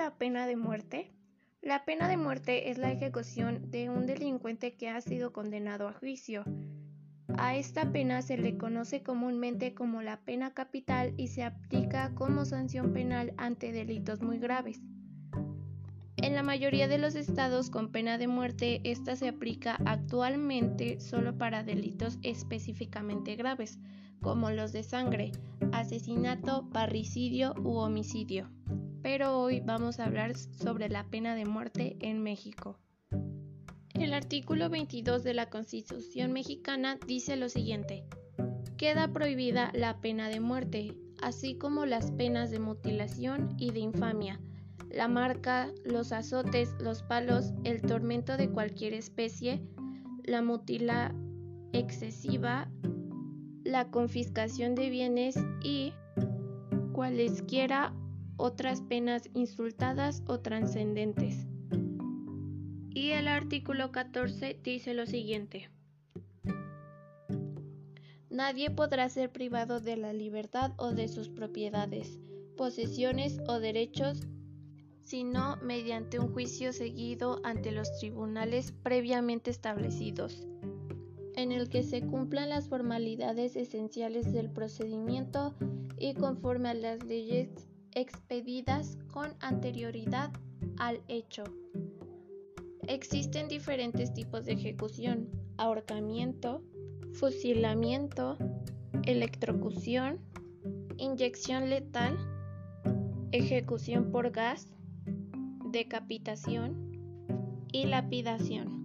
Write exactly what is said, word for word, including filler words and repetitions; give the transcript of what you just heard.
la pena de muerte? La pena de muerte es la ejecución de un delincuente que ha sido condenado a juicio. A esta pena se le conoce comúnmente como la pena capital y se aplica como sanción penal ante delitos muy graves. En la mayoría de los estados con pena de muerte, esta se aplica actualmente solo para delitos específicamente graves, como los de sangre, asesinato, parricidio u homicidio. Pero hoy vamos a hablar sobre la pena de muerte en México. El artículo veintidós de la Constitución mexicana dice lo siguiente: queda prohibida la pena de muerte, así como las penas de mutilación y de infamia, la marca, los azotes, los palos, el tormento de cualquier especie, la mutila excesiva, la confiscación de bienes y cualesquiera otras penas insultadas o trascendentes. Y el artículo catorce dice lo siguiente: nadie podrá ser privado de la libertad o de sus propiedades, posesiones o derechos, sino mediante un juicio seguido ante los tribunales previamente establecidos, en el que se cumplan las formalidades esenciales del procedimiento y conforme a las leyes expedidas con anterioridad al hecho. Existen diferentes tipos de ejecución: ahorcamiento, fusilamiento, electrocución, inyección letal, ejecución por gas, decapitación y lapidación.